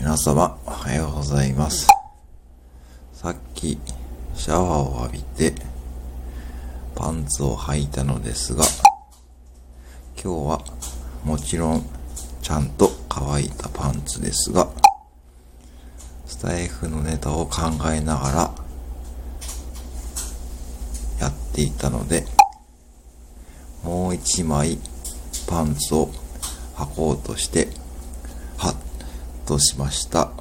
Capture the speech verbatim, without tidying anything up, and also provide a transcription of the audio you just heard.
皆様、おはようございます。さっき、シャワーを浴びて、パンツを履いたのですが、今日は、もちろん、ちゃんと乾いたパンツですが、スタイフのネタを考えながら、やっていたので、もう一枚、パンツを履こうとして、はっとしました。